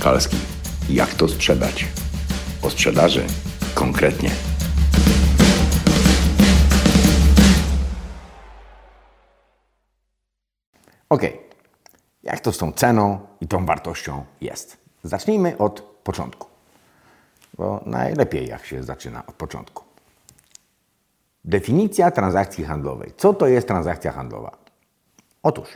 Halski, jak to sprzedać? O sprzedaży konkretnie. Ok, jak to z tą ceną i tą wartością jest? Zacznijmy od początku, bo najlepiej jak się zaczyna od początku. Definicja transakcji handlowej. Co to jest transakcja handlowa? Otóż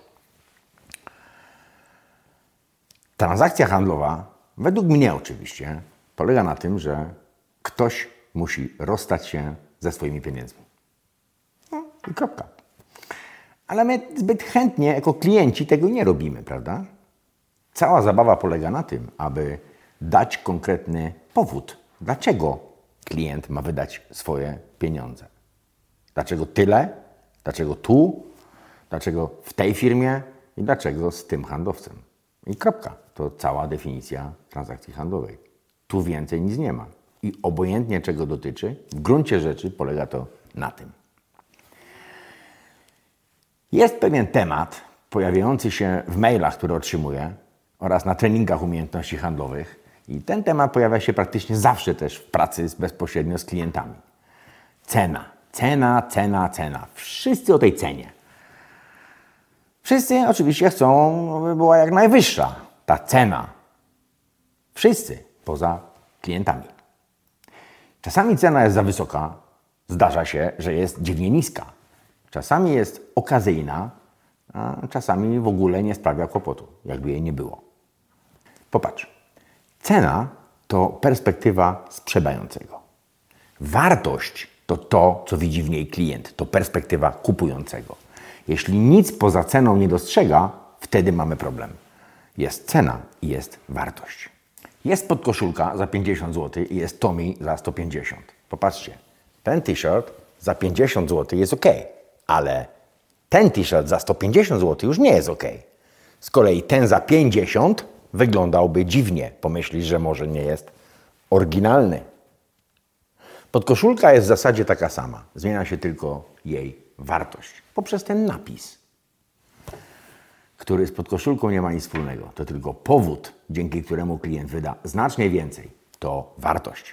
transakcja handlowa, według mnie oczywiście, polega na tym, że ktoś musi rozstać się ze swoimi pieniędzmi. No i kropka. Ale my zbyt chętnie jako klienci tego nie robimy, prawda? Cała zabawa polega na tym, aby dać konkretny powód, dlaczego klient ma wydać swoje pieniądze. Dlaczego tyle? Dlaczego tu? Dlaczego w tej firmie? I dlaczego z tym handlowcem? I kropka. To cała definicja transakcji handlowej. Tu więcej nic nie ma. I obojętnie czego dotyczy, w gruncie rzeczy polega to na tym. Jest pewien temat pojawiający się w mailach, które otrzymuję oraz na treningach umiejętności handlowych. I ten temat pojawia się praktycznie zawsze też w pracy bezpośrednio z klientami. Cena. Cena, cena, cena. Wszyscy o tej cenie. Wszyscy oczywiście chcą, aby była jak najwyższa ta cena. Wszyscy poza klientami. Czasami cena jest za wysoka. Zdarza się, że jest dziwnie niska. Czasami jest okazyjna, a czasami w ogóle nie sprawia kłopotu, jakby jej nie było. Popatrz. Cena to perspektywa sprzedającego. Wartość to to, co widzi w niej klient. To perspektywa kupującego. Jeśli nic poza ceną nie dostrzega, wtedy mamy problem. Jest cena i jest wartość. Jest podkoszulka za 50 zł i jest Tommy za 150. Popatrzcie, ten t-shirt za 50 zł jest ok, ale ten t-shirt za 150 zł już nie jest ok. Z kolei ten za 50 wyglądałby dziwnie. Pomyślisz, że może nie jest oryginalny. Podkoszulka jest w zasadzie taka sama. Zmienia się tylko jej wartość poprzez ten napis, który z podkoszulką nie ma nic wspólnego. To tylko powód, dzięki któremu klient wyda znacznie więcej. To wartość.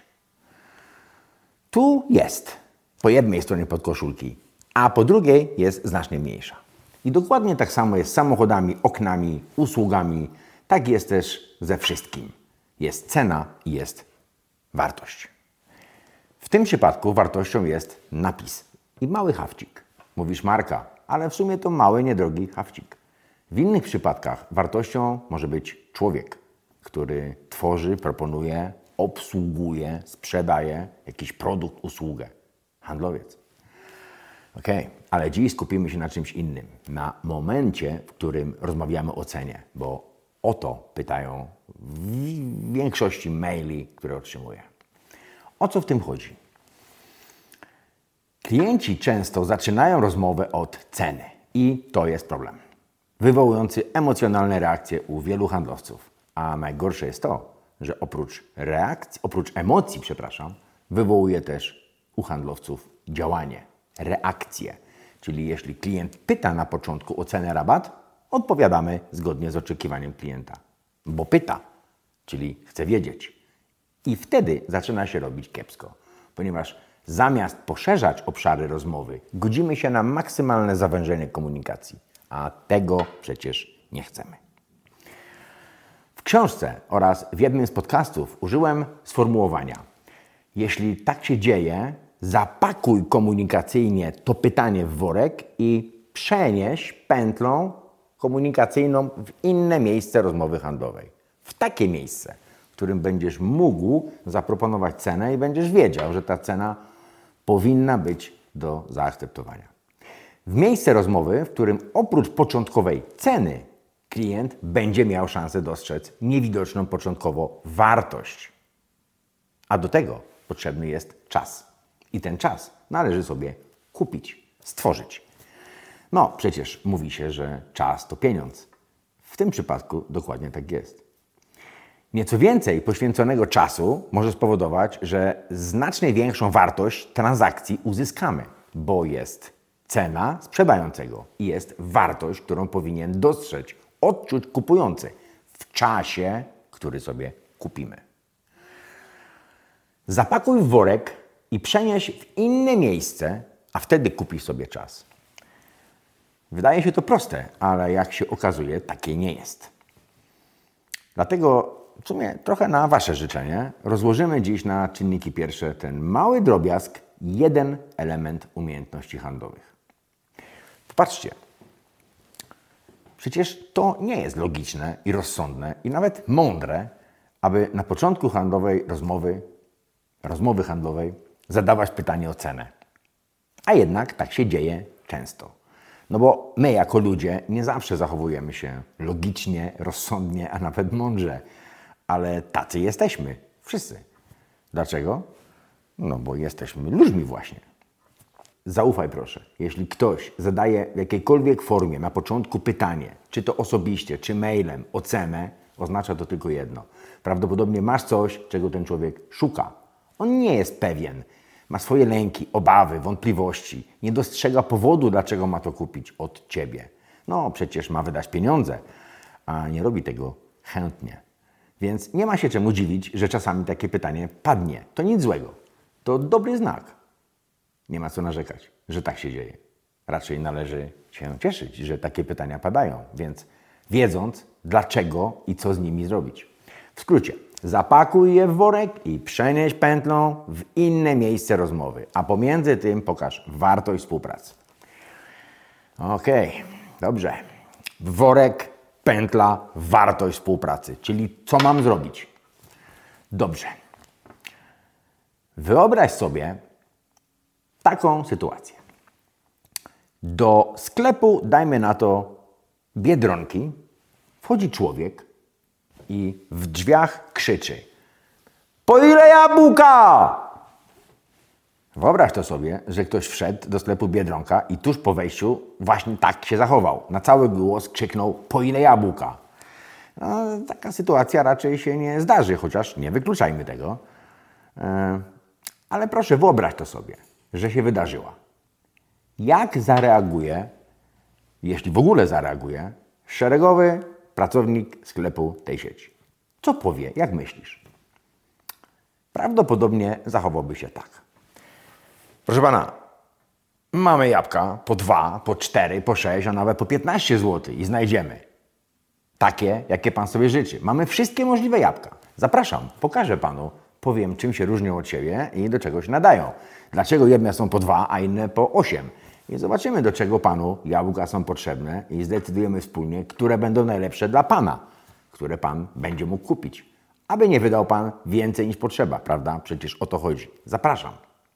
Tu jest po jednej stronie podkoszulki, a po drugiej jest znacznie mniejsza. I dokładnie tak samo jest z samochodami, oknami, usługami. Tak jest też ze wszystkim. Jest cena i jest wartość. W tym przypadku wartością jest napis i mały hafcik. Mówisz marka, ale w sumie to mały, niedrogi hafcik. W innych przypadkach wartością może być człowiek, który tworzy, proponuje, obsługuje, sprzedaje jakiś produkt, usługę. Handlowiec. Ok, ale dziś skupimy się na czymś innym. Na momencie, w którym rozmawiamy o cenie, bo o to pytają w większości maili, które otrzymuję. O co w tym chodzi? Klienci często zaczynają rozmowę od ceny i to jest problem, wywołujący emocjonalne reakcje u wielu handlowców. A najgorsze jest to, że oprócz emocji, wywołuje też u handlowców działanie, reakcję. Czyli jeśli klient pyta na początku o cenę rabat, odpowiadamy zgodnie z oczekiwaniem klienta. Bo pyta, czyli chce wiedzieć. I wtedy zaczyna się robić kiepsko, ponieważ zamiast poszerzać obszary rozmowy, godzimy się na maksymalne zawężenie komunikacji, a tego przecież nie chcemy. W książce oraz w jednym z podcastów użyłem sformułowania: jeśli tak się dzieje, zapakuj komunikacyjnie to pytanie w worek i przenieś pętlą komunikacyjną w inne miejsce rozmowy handlowej. W takie miejsce, w którym będziesz mógł zaproponować cenę i będziesz wiedział, że ta cena powinna być do zaakceptowania. W miejsce rozmowy, w którym oprócz początkowej ceny klient będzie miał szansę dostrzec niewidoczną początkowo wartość. A do tego potrzebny jest czas. I ten czas należy sobie kupić, stworzyć. No, przecież mówi się, że czas to pieniądz. W tym przypadku dokładnie tak jest. Nieco więcej poświęconego czasu może spowodować, że znacznie większą wartość transakcji uzyskamy, bo jest cena sprzedającego i jest wartość, którą powinien dostrzec, odczuć kupujący w czasie, który sobie kupimy. Zapakuj w worek i przenieś w inne miejsce, a wtedy kupisz sobie czas. Wydaje się to proste, ale jak się okazuje, takie nie jest. Dlatego w sumie trochę na Wasze życzenie rozłożymy dziś na czynniki pierwsze ten mały drobiazg, jeden element umiejętności handlowych. Popatrzcie, przecież to nie jest logiczne i rozsądne i nawet mądre, aby na początku rozmowy handlowej zadawać pytanie o cenę. A jednak tak się dzieje często. No bo my jako ludzie nie zawsze zachowujemy się logicznie, rozsądnie, a nawet mądrze. Ale tacy jesteśmy. Wszyscy. Dlaczego? No bo jesteśmy ludźmi właśnie. Zaufaj proszę. Jeśli ktoś zadaje w jakiejkolwiek formie na początku pytanie, czy to osobiście, czy mailem, o cenę, oznacza to tylko jedno. Prawdopodobnie masz coś, czego ten człowiek szuka. On nie jest pewien. Ma swoje lęki, obawy, wątpliwości. Nie dostrzega powodu, dlaczego ma to kupić od Ciebie. No, przecież ma wydać pieniądze, a nie robi tego chętnie. Więc nie ma się czemu dziwić, że czasami takie pytanie padnie. To nic złego. To dobry znak. Nie ma co narzekać, że tak się dzieje. Raczej należy się cieszyć, że takie pytania padają, więc wiedząc dlaczego i co z nimi zrobić. W skrócie, zapakuj je w worek i przenieś pętlą w inne miejsce rozmowy, a pomiędzy tym pokaż wartość współpracy. Okej, dobrze. Worek, pętla, wartość współpracy, czyli co mam zrobić? Dobrze. Wyobraź sobie taką sytuację. Do sklepu, dajmy na to Biedronki, wchodzi człowiek i w drzwiach krzyczy: po ile jabłka? Wyobraź to sobie, że ktoś wszedł do sklepu Biedronka i tuż po wejściu właśnie tak się zachował. Na cały głos krzyknął: po ile jabłka? No, taka sytuacja raczej się nie zdarzy, chociaż nie wykluczajmy tego. Ale proszę, wyobraź to sobie, że się wydarzyła. Jak zareaguje, jeśli w ogóle zareaguje, szeregowy pracownik sklepu tej sieci? Co powie? Jak myślisz? Prawdopodobnie zachowałby się tak. Proszę pana, mamy jabłka po 2, po 4, po 6, a nawet po 15 zł i znajdziemy takie, jakie pan sobie życzy. Mamy wszystkie możliwe jabłka. Zapraszam, pokażę panu, powiem, czym się różnią od siebie i do czego się nadają. Dlaczego jedne są po 2, a inne po 8. I zobaczymy, do czego panu jabłka są potrzebne i zdecydujemy wspólnie, które będą najlepsze dla pana, które pan będzie mógł kupić. Aby nie wydał pan więcej niż potrzeba, prawda? Przecież o to chodzi. Zapraszam.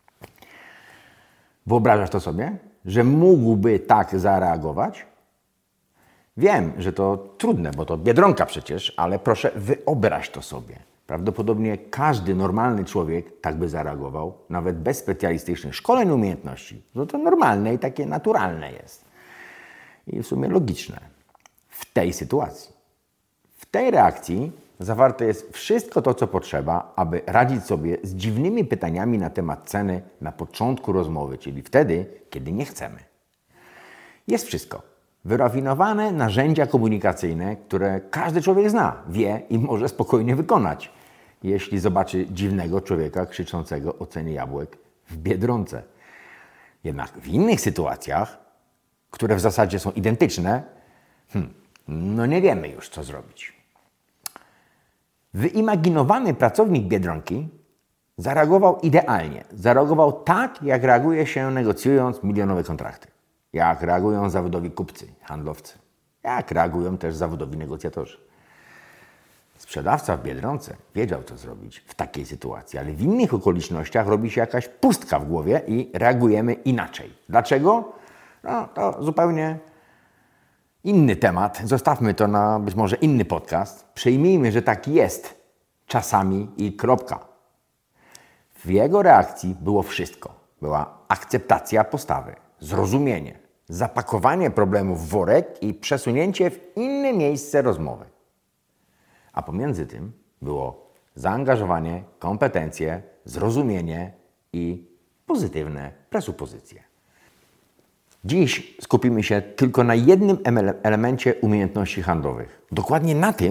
Wyobrażasz to sobie, że mógłby tak zareagować? Wiem, że to trudne, bo to Biedronka przecież, ale proszę, wyobraź to sobie. Prawdopodobnie każdy normalny człowiek tak by zareagował, nawet bez specjalistycznych szkoleń umiejętności. No to normalne i takie naturalne jest. I w sumie logiczne. W tej sytuacji. W tej reakcji zawarte jest wszystko to, co potrzeba, aby radzić sobie z dziwnymi pytaniami na temat ceny na początku rozmowy, czyli wtedy, kiedy nie chcemy. Jest wszystko. Wyrafinowane narzędzia komunikacyjne, które każdy człowiek zna, wie i może spokojnie wykonać, jeśli zobaczy dziwnego człowieka krzyczącego o cenie jabłek w Biedronce. Jednak w innych sytuacjach, które w zasadzie są identyczne, no nie wiemy już, co zrobić. Wyimaginowany pracownik Biedronki zareagował idealnie. Zareagował tak, jak reaguje się negocjując milionowe kontrakty. Jak reagują zawodowi kupcy, handlowcy. Jak reagują też zawodowi negocjatorzy. Sprzedawca w Biedronce wiedział, co zrobić w takiej sytuacji, ale w innych okolicznościach robi się jakaś pustka w głowie i reagujemy inaczej. Dlaczego? No, to zupełnie inny temat. Zostawmy to na być może inny podcast. Przyjmijmy, że tak jest czasami i kropka. W jego reakcji było wszystko. Była akceptacja postawy, zrozumienie, zapakowanie problemu w worek i przesunięcie w inne miejsce rozmowy. A pomiędzy tym było zaangażowanie, kompetencje, zrozumienie i pozytywne presupozycje. Dziś skupimy się tylko na jednym elemencie umiejętności handlowych. Dokładnie na tym,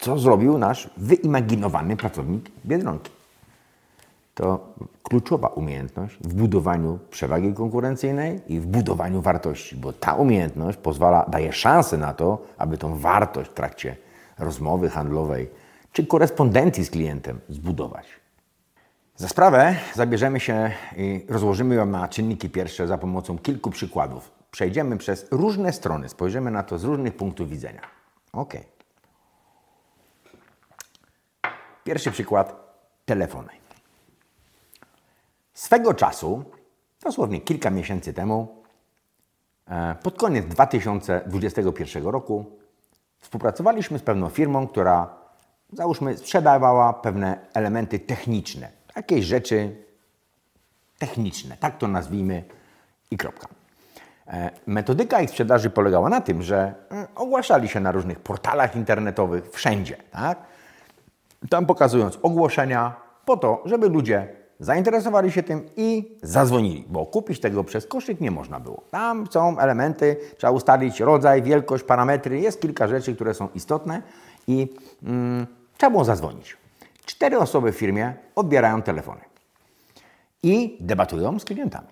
co zrobił nasz wyimaginowany pracownik Biedronki. To kluczowa umiejętność w budowaniu przewagi konkurencyjnej i w budowaniu wartości, bo ta umiejętność daje szansę na to, aby tą wartość w trakcie rozmowy handlowej czy korespondencji z klientem zbudować. Za sprawę zabierzemy się i rozłożymy ją na czynniki pierwsze za pomocą kilku przykładów. Przejdziemy przez różne strony, spojrzymy na to z różnych punktów widzenia. Ok. Pierwszy przykład. Telefony. Swego czasu, dosłownie kilka miesięcy temu, pod koniec 2021 roku, współpracowaliśmy z pewną firmą, która, załóżmy, sprzedawała pewne elementy techniczne. Jakieś rzeczy techniczne, tak to nazwijmy i kropka. Metodyka ich sprzedaży polegała na tym, że ogłaszali się na różnych portalach internetowych, wszędzie, tak? Tam pokazując ogłoszenia po to, żeby ludzie zainteresowali się tym i zadzwonili, bo kupić tego przez koszyk nie można było. Tam są elementy, trzeba ustalić rodzaj, wielkość, parametry, jest kilka rzeczy, które są istotne i trzeba było zadzwonić. 4 osoby w firmie odbierają telefony i debatują z klientami.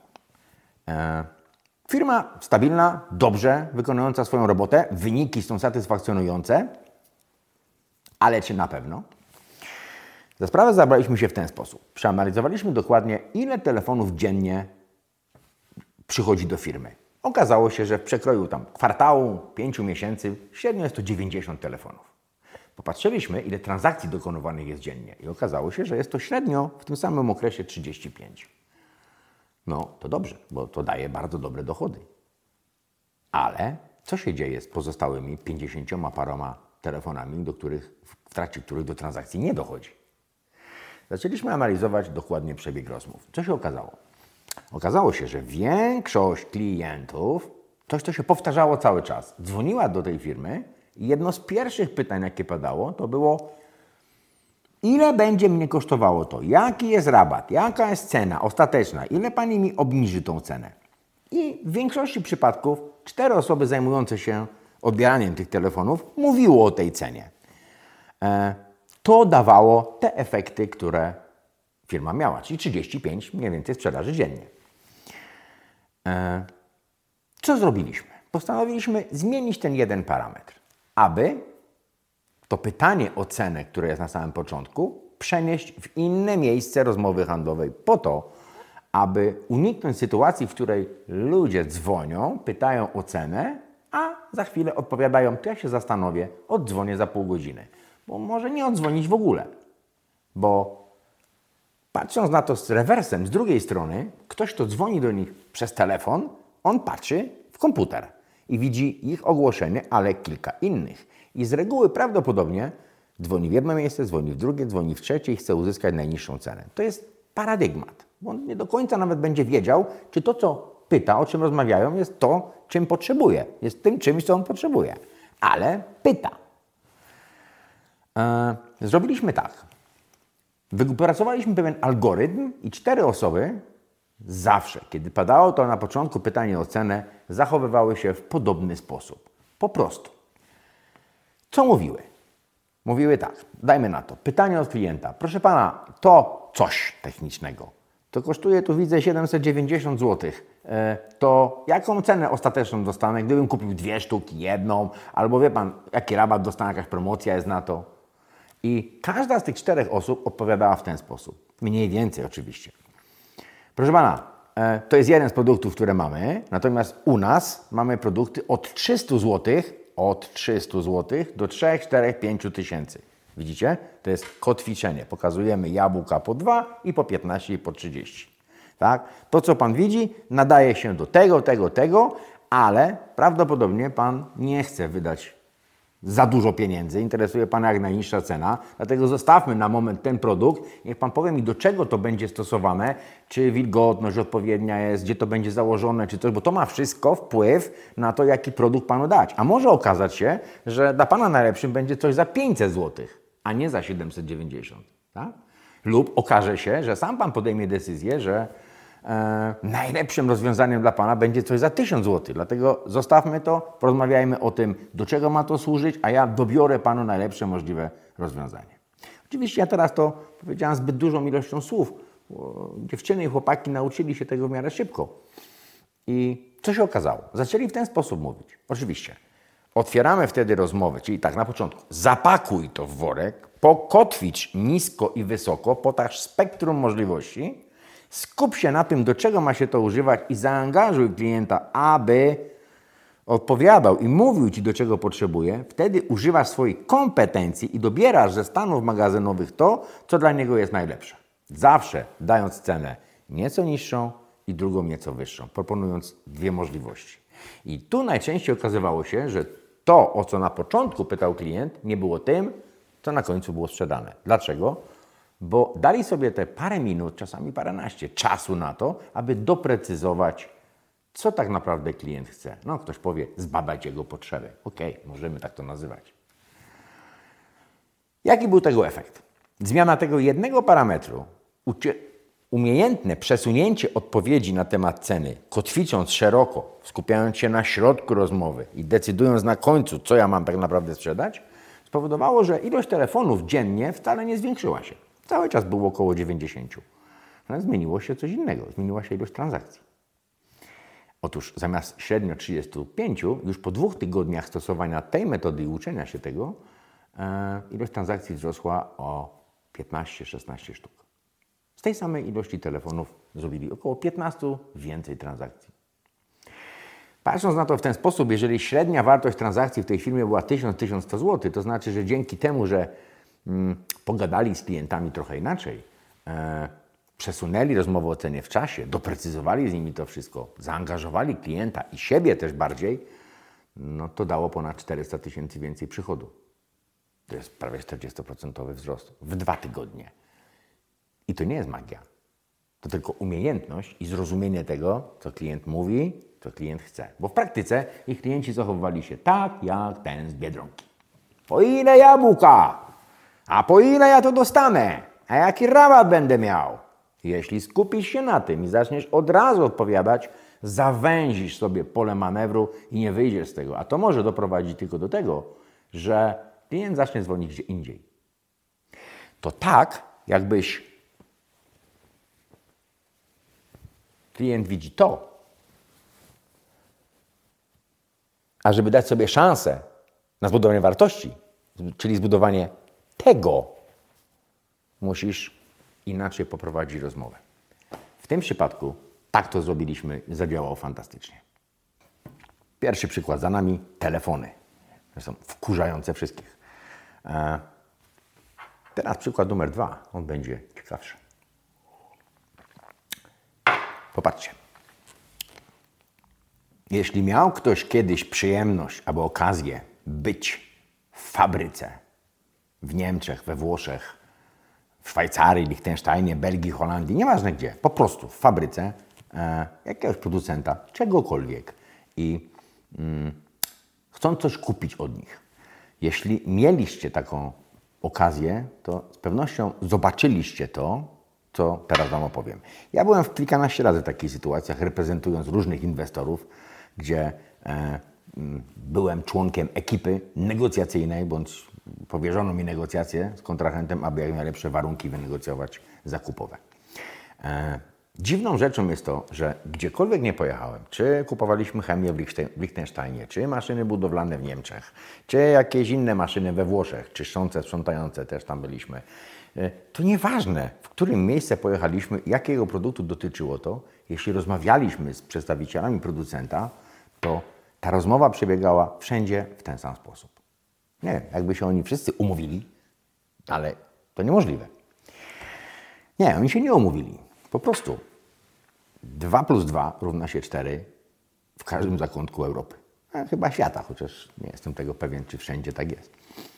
Firma stabilna, dobrze wykonująca swoją robotę, wyniki są satysfakcjonujące, ale czy na pewno? Za sprawę zabraliśmy się w ten sposób. Przeanalizowaliśmy dokładnie, ile telefonów dziennie przychodzi do firmy. Okazało się, że w przekroju kwartału, 5 miesięcy, średnio jest to 90 telefonów. Popatrzyliśmy, ile transakcji dokonywanych jest dziennie i okazało się, że jest to średnio w tym samym okresie 35. No to dobrze, bo to daje bardzo dobre dochody. Ale co się dzieje z pozostałymi 50 paroma telefonami, w trakcie których do transakcji nie dochodzi? Zaczęliśmy analizować dokładnie przebieg rozmów. Co się okazało? Okazało się, że większość klientów, coś co się powtarzało cały czas, dzwoniła do tej firmy i jedno z pierwszych pytań, jakie padało, to było: ile będzie mnie kosztowało to? Jaki jest rabat? Jaka jest cena ostateczna? Ile pani mi obniży tą cenę? I w większości przypadków 4 osoby zajmujące się odbieraniem tych telefonów mówiło o tej cenie. To dawało te efekty, które firma miała, czyli 35 mniej więcej sprzedaży dziennie. Co zrobiliśmy? Postanowiliśmy zmienić ten jeden parametr, aby to pytanie o cenę, które jest na samym początku, przenieść w inne miejsce rozmowy handlowej po to, aby uniknąć sytuacji, w której ludzie dzwonią, pytają o cenę, a za chwilę odpowiadają: to ja się zastanowię, oddzwonię za pół godziny. Bo może nie oddzwonić w ogóle. Bo patrząc na to z rewersem, z drugiej strony, ktoś, kto dzwoni do nich przez telefon, on patrzy w komputer i widzi ich ogłoszenie, ale kilka innych. I z reguły prawdopodobnie dzwoni w jedno miejsce, dzwoni w drugie, dzwoni w trzecie i chce uzyskać najniższą cenę. To jest paradygmat. Bo on nie do końca nawet będzie wiedział, czy to, co pyta, o czym rozmawiają, jest to, czym potrzebuje. Jest tym czymś, co on potrzebuje. Ale pyta. Zrobiliśmy tak. Wypracowaliśmy pewien algorytm i 4 osoby zawsze, kiedy padało to na początku pytanie o cenę, zachowywały się w podobny sposób. Po prostu. Co mówiły? Mówiły tak, dajmy na to, pytanie od klienta. Proszę pana, to coś technicznego. To kosztuje, tu widzę, 790 zł. To jaką cenę ostateczną dostanę, gdybym kupił 2 sztuki, jedną, albo wie pan, jaki rabat dostanę, jakaś promocja jest na to? I każda z tych 4 osób odpowiadała w ten sposób. Mniej więcej oczywiście. Proszę pana, to jest jeden z produktów, które mamy, natomiast u nas mamy produkty od 300 zł, do 3, 4, 5 tysięcy. Widzicie? To jest kotwiczenie. Pokazujemy jabłka po 2 i po 15 i po 30. Tak? To, co pan widzi, nadaje się do tego, ale prawdopodobnie pan nie chce wydać za dużo pieniędzy, interesuje pana jak najniższa cena, dlatego zostawmy na moment ten produkt, niech pan powie mi, do czego to będzie stosowane, czy wilgotność odpowiednia jest, gdzie to będzie założone, czy coś, bo to ma wszystko wpływ na to, jaki produkt panu dać. A może okazać się, że dla pana najlepszym będzie coś za 500 zł, a nie za 790. Tak? Lub okaże się, że sam pan podejmie decyzję, że najlepszym rozwiązaniem dla Pana będzie coś za 1000 zł. Dlatego zostawmy to, porozmawiajmy o tym, do czego ma to służyć, a ja dobiorę Panu najlepsze możliwe rozwiązanie. Oczywiście ja teraz to powiedziałem zbyt dużą ilością słów. Dziewczyny i chłopaki nauczyli się tego w miarę szybko. I co się okazało? Zaczęli w ten sposób mówić. Oczywiście. Otwieramy wtedy rozmowę, czyli tak na początku. Zapakuj to w worek, pokotwicz nisko i wysoko, podaż spektrum możliwości, skup się na tym, do czego ma się to używać i zaangażuj klienta, aby odpowiadał i mówił Ci, do czego potrzebuje. Wtedy używasz swoich kompetencji i dobierasz ze stanów magazynowych to, co dla niego jest najlepsze. Zawsze dając cenę nieco niższą i drugą nieco wyższą, proponując dwie możliwości. I tu najczęściej okazywało się, że to, o co na początku pytał klient, nie było tym, co na końcu było sprzedane. Dlaczego? Bo dali sobie te parę minut, czasami paręnaście czasu na to, aby doprecyzować, co tak naprawdę klient chce. No, ktoś powie, zbadać jego potrzeby. Okej, możemy tak to nazywać. Jaki był tego efekt? Zmiana tego jednego parametru, umiejętne przesunięcie odpowiedzi na temat ceny, kotwicząc szeroko, skupiając się na środku rozmowy i decydując na końcu, co ja mam tak naprawdę sprzedać, spowodowało, że ilość telefonów dziennie wcale nie zwiększyła się. Cały czas było około 90. Ale zmieniło się coś innego. Zmieniła się ilość transakcji. Otóż zamiast średnio 35, już po 2 tygodniach stosowania tej metody i uczenia się tego, ilość transakcji wzrosła o 15-16 sztuk. Z tej samej ilości telefonów zrobili około 15 więcej transakcji. Patrząc na to w ten sposób, jeżeli średnia wartość transakcji w tej firmie była 1000-1100 zł, to znaczy, że dzięki temu, że pogadali z klientami trochę inaczej, przesunęli rozmowę o cenie w czasie, doprecyzowali z nimi to wszystko, zaangażowali klienta i siebie też bardziej, no to dało ponad 400 000 więcej przychodu. To jest prawie 40% wzrost w 2 tygodnie. I to nie jest magia. To tylko umiejętność i zrozumienie tego, co klient mówi, co klient chce. Bo w praktyce ich klienci zachowywali się tak, jak ten z Biedronki. Po ile jabłka? A po ile ja to dostanę? A jaki rabat będę miał? Jeśli skupisz się na tym i zaczniesz od razu odpowiadać, zawęzisz sobie pole manewru i nie wyjdziesz z tego. A to może doprowadzić tylko do tego, że klient zacznie dzwonić gdzie indziej. To tak, jakbyś klient widzi to, a żeby dać sobie szansę na zbudowanie wartości, czyli zbudowanie tego, musisz inaczej poprowadzić rozmowę. W tym przypadku tak to zrobiliśmy i zadziałało fantastycznie. Pierwszy przykład za nami, telefony. Są wkurzające wszystkich. Teraz przykład numer 2, on będzie ciekawszy. Popatrzcie. Jeśli miał ktoś kiedyś przyjemność albo okazję być w fabryce w Niemczech, we Włoszech, w Szwajcarii, Liechtensteinie, Belgii, Holandii, nieważne gdzie, po prostu w fabryce jakiegoś producenta, czegokolwiek i chcą coś kupić od nich. Jeśli mieliście taką okazję, to z pewnością zobaczyliście to, co teraz Wam opowiem. Ja byłem w kilkanaście razy w takich sytuacjach, reprezentując różnych inwestorów, gdzie byłem członkiem ekipy negocjacyjnej, bądź powierzono mi negocjacje z kontrahentem, aby jak najlepsze warunki wynegocjować zakupowe. Dziwną rzeczą jest to, że gdziekolwiek nie pojechałem, czy kupowaliśmy chemię w Liechtensteinie, czy maszyny budowlane w Niemczech, czy jakieś inne maszyny we Włoszech, czyszczące, sprzątające, też tam byliśmy, to nieważne, w którym miejsce pojechaliśmy, jakiego produktu dotyczyło to, jeśli rozmawialiśmy z przedstawicielami producenta, to ta rozmowa przebiegała wszędzie w ten sam sposób. Nie wiem, jakby się oni wszyscy umówili, ale to niemożliwe. Nie, oni się nie umówili. Po prostu 2 + 2 równa się 4 w każdym zakątku Europy. Chyba świata, chociaż nie jestem tego pewien, czy wszędzie tak jest.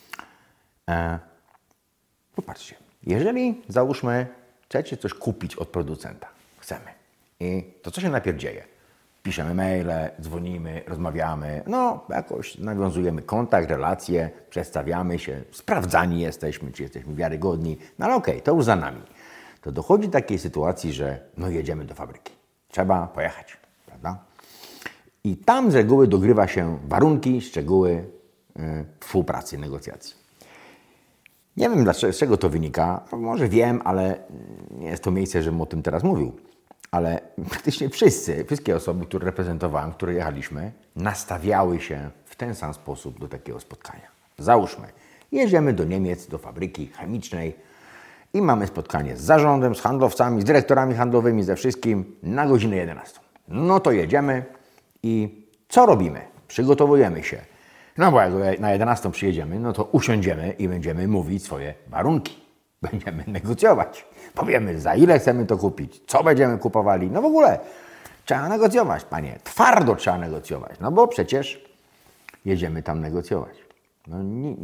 Popatrzcie, jeżeli załóżmy, chcecie coś kupić od producenta, chcemy. I to co się najpierw dzieje? Piszemy maile, dzwonimy, rozmawiamy, no jakoś nawiązujemy kontakt, relacje, przedstawiamy się, sprawdzani jesteśmy, czy jesteśmy wiarygodni, no ale okej, to już za nami. to dochodzi do takiej sytuacji, że no jedziemy do fabryki. Trzeba pojechać, prawda? I tam z reguły dogrywa się warunki, szczegóły współpracy, negocjacji. Nie wiem, z czego to wynika. Może wiem, ale nie jest to miejsce, żebym o tym teraz mówił. Ale praktycznie wszystkie osoby, które reprezentowałem, które jechaliśmy, nastawiały się w ten sam sposób do takiego spotkania. Załóżmy, jedziemy do Niemiec, do fabryki chemicznej i mamy spotkanie z zarządem, z handlowcami, z dyrektorami handlowymi, ze wszystkim na godzinę 11. No to jedziemy i co robimy? Przygotowujemy się. No bo jak na 11 przyjedziemy, no to usiądziemy i będziemy mówić swoje warunki. Będziemy negocjować. Powiemy, za ile chcemy to kupić, co będziemy kupowali. No w ogóle trzeba negocjować, panie. Twardo trzeba negocjować, no bo przecież jedziemy tam negocjować. No,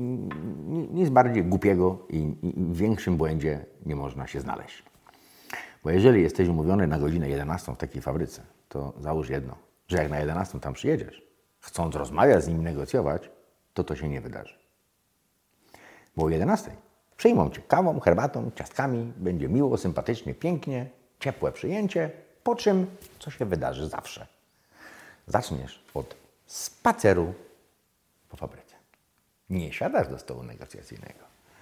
nic bardziej głupiego i w większym błędzie nie można się znaleźć. Bo jeżeli jesteś umówiony na godzinę 11 w takiej fabryce, to załóż jedno, że jak na 11 tam przyjedziesz, chcąc rozmawiać z nim, negocjować, to się nie wydarzy. Bo o 11 przyjmą cię kawą, herbatą, ciastkami, będzie miło, sympatycznie, pięknie, ciepłe przyjęcie, po czym co się wydarzy zawsze? Zaczniesz od spaceru po fabryce. Nie siadasz do stołu negocjacyjnego,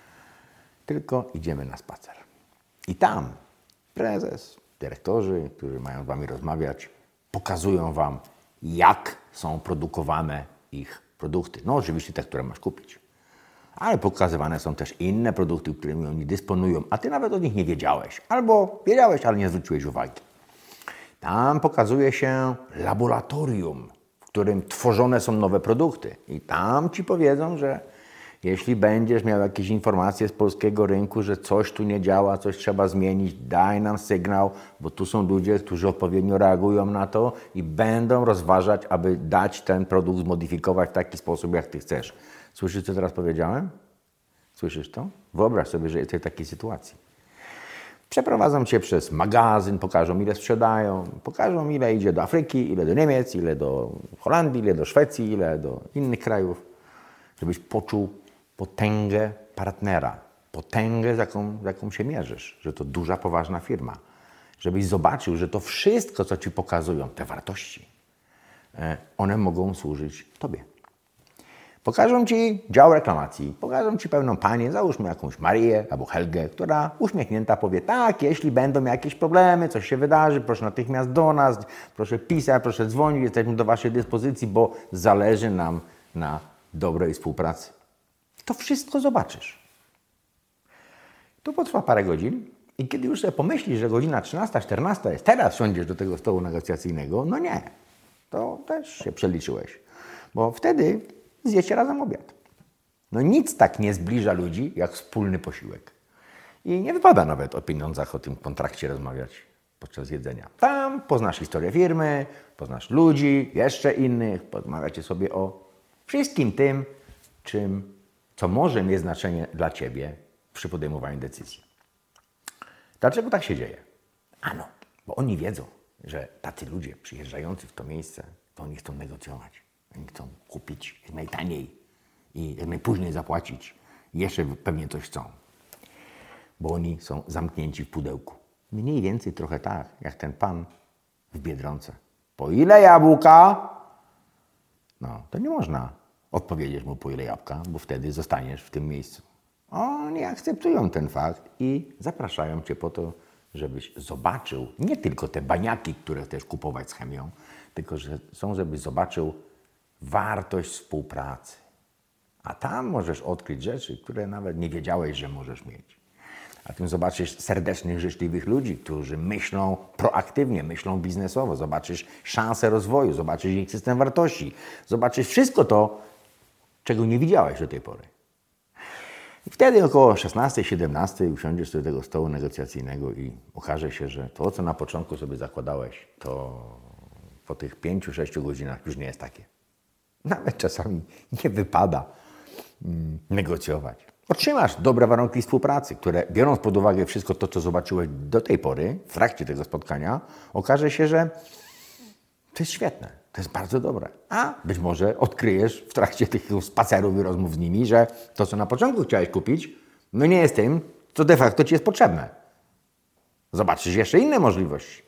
tylko idziemy na spacer. I tam prezes, dyrektorzy, którzy mają z wami rozmawiać, pokazują wam, jak są produkowane ich produkty. No oczywiście te, które masz kupić. Ale pokazywane są też inne produkty, którymi oni dysponują, a ty nawet o nich nie wiedziałeś. Albo wiedziałeś, ale nie zwróciłeś uwagi. Tam pokazuje się laboratorium, w którym tworzone są nowe produkty. I tam ci powiedzą, że jeśli będziesz miał jakieś informacje z polskiego rynku, że coś tu nie działa, coś trzeba zmienić, daj nam sygnał, bo tu są ludzie, którzy odpowiednio reagują na to i będą rozważać, aby dać ten produkt zmodyfikować w taki sposób, jak ty chcesz. Słyszysz, co teraz powiedziałem? Słyszysz to? Wyobraź sobie, że jesteś w takiej sytuacji. Przeprowadzą cię przez magazyn, pokażą, ile sprzedają, pokażą, ile idzie do Afryki, ile do Niemiec, ile do Holandii, ile do Szwecji, ile do innych krajów, żebyś poczuł potęgę partnera, potęgę, z jaką się mierzysz, że to duża, poważna firma. Żebyś zobaczył, że to wszystko, co ci pokazują, te wartości, one mogą służyć tobie. Pokażą ci dział reklamacji, pokażą ci pewną panię, załóżmy jakąś Marię albo Helgę, która uśmiechnięta powie, tak, jeśli będą jakieś problemy, coś się wydarzy, proszę natychmiast do nas, proszę pisać, proszę dzwonić, jesteśmy do waszej dyspozycji, bo zależy nam na dobrej współpracy. To wszystko zobaczysz. To potrwa parę godzin i kiedy już sobie pomyślisz, że godzina 13, 14 jest, teraz siądziesz do tego stołu negocjacyjnego, no nie, to też się przeliczyłeś, bo wtedy zjecie razem obiad. No nic tak nie zbliża ludzi, jak wspólny posiłek. I nie wypada nawet o pieniądzach, o tym kontrakcie rozmawiać podczas jedzenia. Tam poznasz historię firmy, poznasz ludzi, jeszcze innych, porozmawiacie sobie o wszystkim tym, co może mieć znaczenie dla ciebie przy podejmowaniu decyzji. Dlaczego tak się dzieje? Ano, bo oni wiedzą, że tacy ludzie przyjeżdżający w to miejsce, to oni chcą negocjować. Oni chcą kupić jak najtaniej i jak najpóźniej zapłacić. I jeszcze pewnie coś chcą. Bo oni są zamknięci w pudełku. Mniej więcej trochę tak, jak ten pan w Biedronce. Po ile jabłka? No, to nie można odpowiedzieć mu po ile jabłka, bo wtedy zostaniesz w tym miejscu. Oni akceptują ten fakt i zapraszają cię po to, żebyś zobaczył nie tylko te baniaki, które chcesz kupować z chemią, tylko że żebyś zobaczył wartość współpracy. A tam możesz odkryć rzeczy, które nawet nie wiedziałeś, że możesz mieć. A tym zobaczysz serdecznych, życzliwych ludzi, którzy myślą proaktywnie, myślą biznesowo. Zobaczysz szansę rozwoju, zobaczysz ich system wartości. Zobaczysz wszystko to, czego nie widziałeś do tej pory. I wtedy około 16-17 usiądziesz do tego stołu negocjacyjnego i okaże się, że to, co na początku sobie zakładałeś, to po tych 5-6 godzinach już nie jest takie. Nawet czasami nie wypada negocjować. Otrzymasz dobre warunki współpracy, które biorąc pod uwagę wszystko to, co zobaczyłeś do tej pory, w trakcie tego spotkania, okaże się, że to jest świetne, to jest bardzo dobre. A być może odkryjesz w trakcie tych spacerów i rozmów z nimi, że to, co na początku chciałeś kupić, no nie jest tym, co de facto ci jest potrzebne. Zobaczysz jeszcze inne możliwości.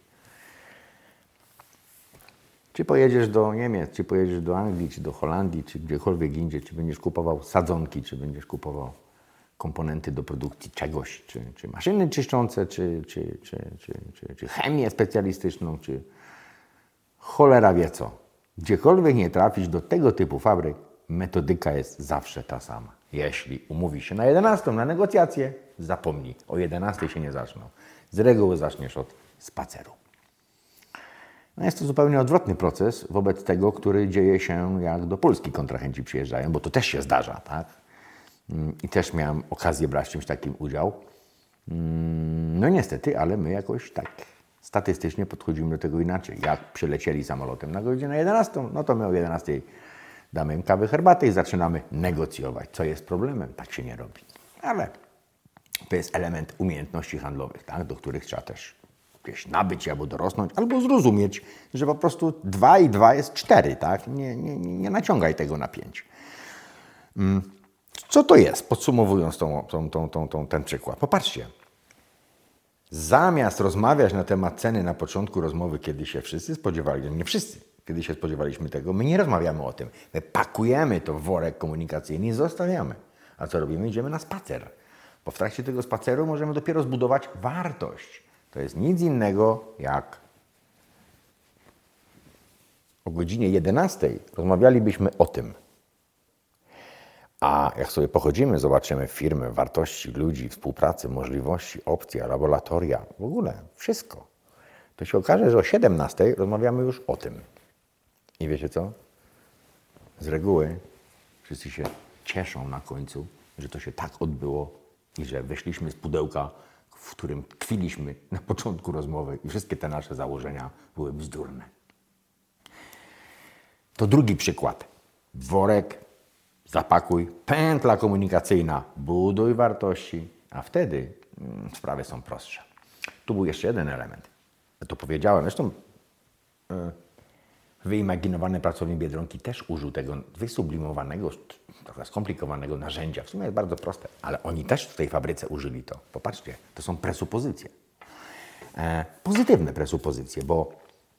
Czy pojedziesz do Niemiec, czy pojedziesz do Anglii, czy do Holandii, czy gdziekolwiek indziej, czy będziesz kupował sadzonki, czy będziesz kupował komponenty do produkcji czegoś, czy maszyny czyszczące, czy chemię specjalistyczną, czy cholera wie co. Gdziekolwiek nie trafisz do tego typu fabryk, metodyka jest zawsze ta sama. Jeśli umówisz się na 11 na negocjacje, zapomnij, o 11 się nie zaczną. Z reguły zaczniesz od spaceru. No jest to zupełnie odwrotny proces wobec tego, który dzieje się, jak do Polski kontrahenci przyjeżdżają, bo to też się zdarza, tak? I też miałem okazję brać w czymś takim udział. No niestety, ale my jakoś tak statystycznie podchodzimy do tego inaczej. Jak przylecieli samolotem na godzinę 11, no to my o 11 damy im kawy, herbatę i zaczynamy negocjować. Co jest problemem? Tak się nie robi. Ale to jest element umiejętności handlowych, tak? Do których trzeba też gdzieś nabyć albo dorosnąć, albo zrozumieć, że po prostu 2 i 2 jest 4, tak? Nie naciągaj tego na 5. Co to jest, podsumowując ten przykład? Popatrzcie. Zamiast rozmawiać na temat ceny na początku rozmowy, kiedy się wszyscy spodziewali, nie wszyscy, kiedy się spodziewaliśmy tego, my nie rozmawiamy o tym. My pakujemy to w worek komunikacyjny i zostawiamy. A co robimy? Idziemy na spacer. Bo w trakcie tego spaceru możemy dopiero zbudować wartość. To jest nic innego jak o godzinie 11 rozmawialibyśmy o tym. A jak sobie pochodzimy, zobaczymy firmy, wartości ludzi, współpracy, możliwości, opcje, laboratoria, w ogóle wszystko, to się okaże, że o 17 rozmawiamy już o tym. I wiecie co? Z reguły wszyscy się cieszą na końcu, że to się tak odbyło i że wyszliśmy z pudełka, w którym tkwiliśmy na początku rozmowy i wszystkie te nasze założenia były bzdurne. To drugi przykład. Worek, zapakuj, pętla komunikacyjna, buduj wartości, a wtedy sprawy są prostsze. Tu był jeszcze jeden element. Ja to powiedziałem, zresztą wyimaginowany pracownik Biedronki też użył tego wysublimowanego, trochę skomplikowanego narzędzia. W sumie jest bardzo proste, ale oni też w tej fabryce użyli to. Popatrzcie, to są presupozycje. Pozytywne presupozycje, bo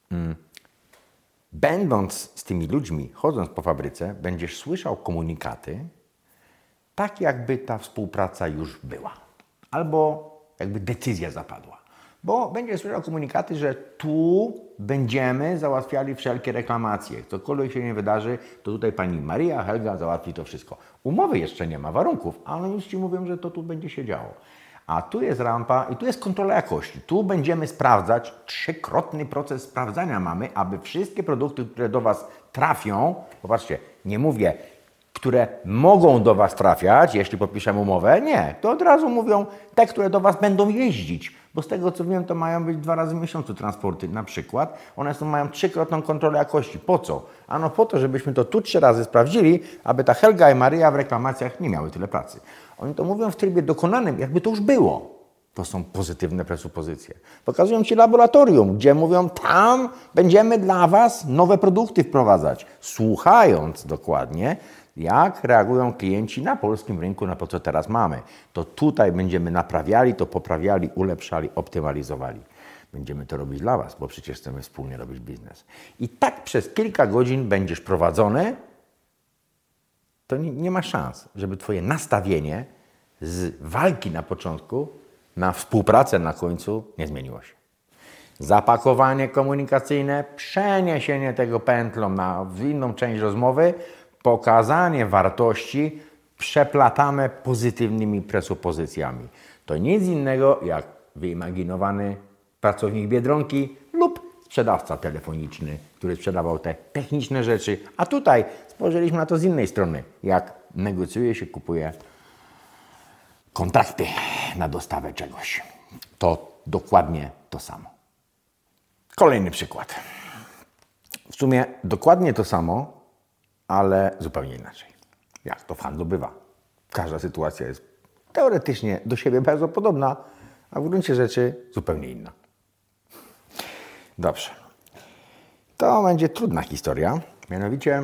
będąc z tymi ludźmi, chodząc po fabryce, będziesz słyszał komunikaty, tak jakby ta współpraca już była. Albo jakby decyzja zapadła. Bo będziesz słyszał komunikaty, że tu będziemy załatwiali wszelkie reklamacje. Cokolwiek się nie wydarzy, to tutaj pani Maria, Helga załatwi to wszystko. Umowy jeszcze nie ma, warunków, ale już ci mówią, że to tu będzie się działo. A tu jest rampa i tu jest kontrola jakości. Tu będziemy sprawdzać, 3-krotny proces sprawdzania mamy, aby wszystkie produkty, które do Was trafią, popatrzcie, nie mówię, które mogą do Was trafiać, jeśli podpiszemy umowę, nie. To od razu mówią te, które do Was będą jeździć. Bo z tego co wiem, to mają być 2 razy w miesiącu transporty na przykład. One mają 3-krotną kontrolę jakości. Po co? Ano po to, żebyśmy to tu 3 razy sprawdzili, aby ta Helga i Maria w reklamacjach nie miały tyle pracy. Oni to mówią w trybie dokonanym, jakby to już było. To są pozytywne presupozycje. Pokazują Ci laboratorium, gdzie mówią, tam będziemy dla Was nowe produkty wprowadzać. Słuchając dokładnie, jak reagują klienci na polskim rynku, na to, co teraz mamy. To tutaj będziemy naprawiali, to poprawiali, ulepszali, optymalizowali. Będziemy to robić dla Was, bo przecież chcemy wspólnie robić biznes. I tak przez kilka godzin będziesz prowadzony, to nie ma szans, żeby Twoje nastawienie z walki na początku na współpracę na końcu nie zmieniło się. Zapakowanie komunikacyjne, przeniesienie tego pętlą w inną część rozmowy, pokazanie wartości przeplatamy pozytywnymi presupozycjami. To nic innego jak wyimaginowany pracownik Biedronki lub sprzedawca telefoniczny, który sprzedawał te techniczne rzeczy. A tutaj spojrzeliśmy na to z innej strony. Jak negocjuje się, kupuje kontrakty na dostawę czegoś. To dokładnie to samo. Kolejny przykład. W sumie dokładnie to samo, ale zupełnie inaczej. Jak to w handlu bywa. Każda sytuacja jest teoretycznie do siebie bardzo podobna, a w gruncie rzeczy zupełnie inna. Dobrze. To będzie trudna historia, mianowicie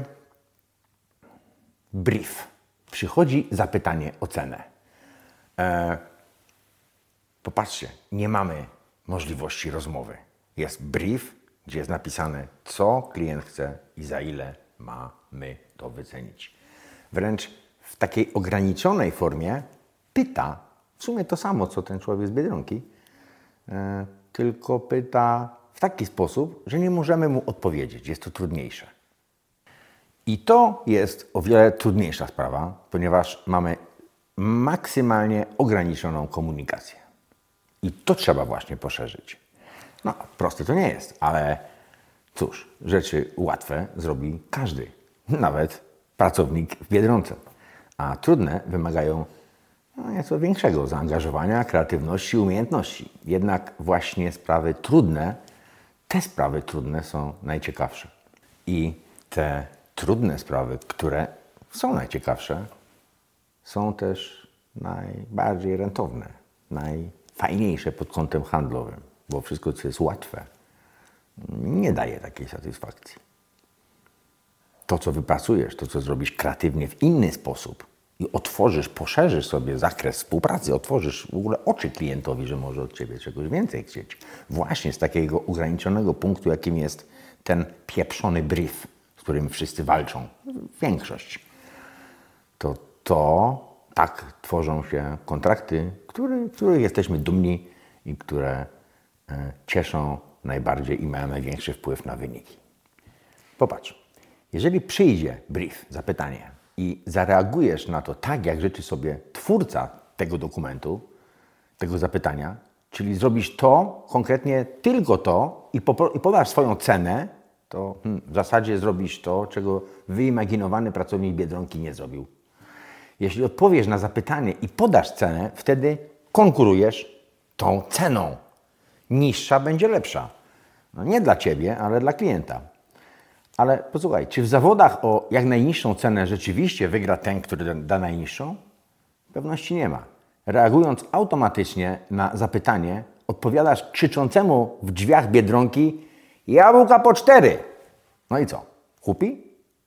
brief. Przychodzi zapytanie o cenę. Popatrzcie, nie mamy możliwości rozmowy. Jest brief, gdzie jest napisane, co klient chce i za ile mamy to wycenić. Wręcz w takiej ograniczonej formie pyta w sumie to samo, co ten człowiek z Biedronki, tylko pyta w taki sposób, że nie możemy mu odpowiedzieć. Jest to trudniejsze. I to jest o wiele trudniejsza sprawa, ponieważ mamy maksymalnie ograniczoną komunikację. I to trzeba właśnie poszerzyć. No, proste to nie jest, ale cóż, rzeczy łatwe zrobi każdy, nawet pracownik w Biedronce. A trudne wymagają nieco większego zaangażowania, kreatywności, umiejętności. Jednak właśnie te sprawy trudne są najciekawsze. I te trudne sprawy, które są najciekawsze, są też najbardziej rentowne, najfajniejsze pod kątem handlowym, bo wszystko, co jest łatwe, nie daje takiej satysfakcji. To, co wypracujesz, to, co zrobisz kreatywnie w inny sposób i poszerzysz sobie zakres współpracy, otworzysz w ogóle oczy klientowi, że może od Ciebie czegoś więcej chcieć. Właśnie z takiego ograniczonego punktu, jakim jest ten pieprzony brief, z którym wszyscy walczą, większość. Tak tworzą się kontrakty, których jesteśmy dumni i które cieszą najbardziej i mają największy wpływ na wyniki. Popatrz, jeżeli przyjdzie brief, zapytanie i zareagujesz na to tak, jak życzy sobie twórca tego dokumentu, tego zapytania, czyli zrobisz to, konkretnie tylko to i podasz swoją cenę, to w zasadzie zrobisz to, czego wyimaginowany pracownik Biedronki nie zrobił. Jeśli odpowiesz na zapytanie i podasz cenę, wtedy konkurujesz tą ceną. Niższa będzie lepsza. No nie dla Ciebie, ale dla klienta. Ale posłuchaj, czy w zawodach o jak najniższą cenę rzeczywiście wygra ten, który da najniższą? Pewności nie ma. Reagując automatycznie na zapytanie, odpowiadasz krzyczącemu w drzwiach Biedronki: jabłka po 4. No i co? Kupi?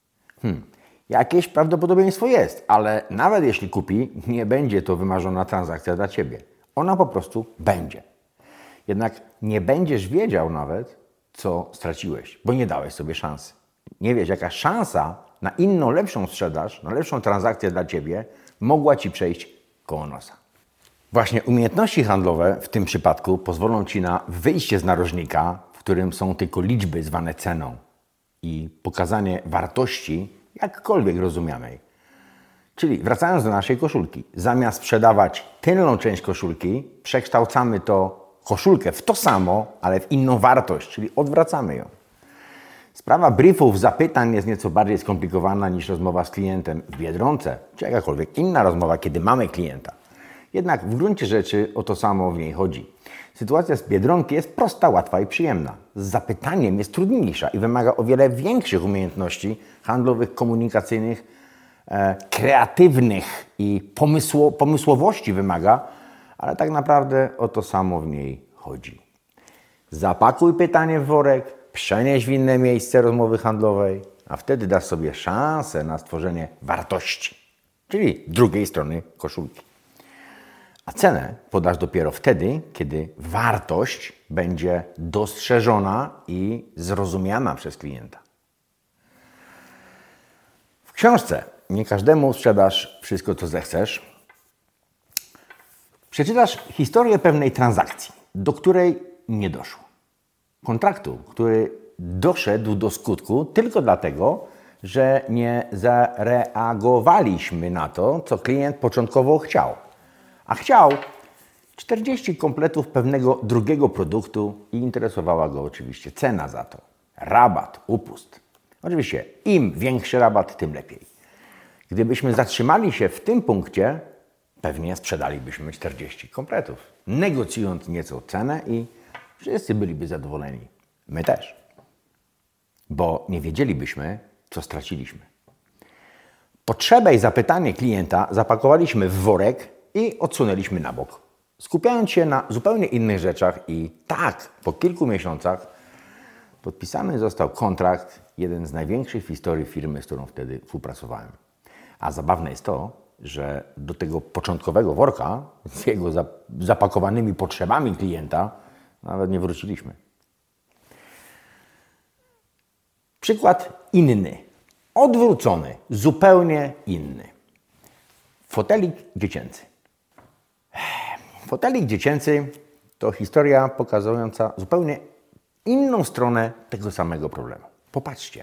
Jakieś prawdopodobieństwo jest, ale nawet jeśli kupi, nie będzie to wymarzona transakcja dla Ciebie. Ona po prostu będzie. Jednak nie będziesz wiedział nawet, co straciłeś, bo nie dałeś sobie szansy. Nie wiesz, jaka szansa na inną, lepszą sprzedaż, na lepszą transakcję dla Ciebie mogła Ci przejść koło nosa. Właśnie umiejętności handlowe w tym przypadku pozwolą Ci na wyjście z narożnika, w którym są tylko liczby zwane ceną i pokazanie wartości, jakkolwiek rozumianej. Czyli wracając do naszej koszulki, zamiast sprzedawać tylną część koszulki, przekształcamy koszulkę w to samo, ale w inną wartość, czyli odwracamy ją. Sprawa briefów, zapytań jest nieco bardziej skomplikowana niż rozmowa z klientem w Biedronce, czy jakakolwiek inna rozmowa, kiedy mamy klienta. Jednak w gruncie rzeczy o to samo w niej chodzi. Sytuacja z Biedronki jest prosta, łatwa i przyjemna. Z zapytaniem jest trudniejsza i wymaga o wiele większych umiejętności handlowych, komunikacyjnych, kreatywnych i pomysłowości wymaga, ale tak naprawdę o to samo w niej chodzi. Zapakuj pytanie w worek, przenieś w inne miejsce rozmowy handlowej, a wtedy dasz sobie szansę na stworzenie wartości, czyli drugiej strony koszulki. A cenę podasz dopiero wtedy, kiedy wartość będzie dostrzeżona i zrozumiana przez klienta. W książce Nie każdemu sprzedasz wszystko, co zechcesz przeczytasz historię pewnej transakcji, do której nie doszło. Kontraktu, który doszedł do skutku tylko dlatego, że nie zareagowaliśmy na to, co klient początkowo chciał. A chciał 40 kompletów pewnego drugiego produktu i interesowała go oczywiście cena za to. Rabat, upust. Oczywiście im większy rabat, tym lepiej. Gdybyśmy zatrzymali się w tym punkcie, pewnie sprzedalibyśmy 40 kompletów, negocjując nieco cenę i wszyscy byliby zadowoleni. My też. Bo nie wiedzielibyśmy, co straciliśmy. Potrzebę i zapytanie klienta zapakowaliśmy w worek i odsunęliśmy na bok, skupiając się na zupełnie innych rzeczach i tak po kilku miesiącach podpisany został kontrakt, jeden z największych w historii firmy, z którą wtedy współpracowałem. A zabawne jest to, że do tego początkowego worka z jego zapakowanymi potrzebami klienta Nawet nie wróciliśmy. Przykład inny. Odwrócony. Zupełnie inny. Fotelik dziecięcy. Fotelik dziecięcy to historia pokazująca zupełnie inną stronę tego samego problemu. Popatrzcie.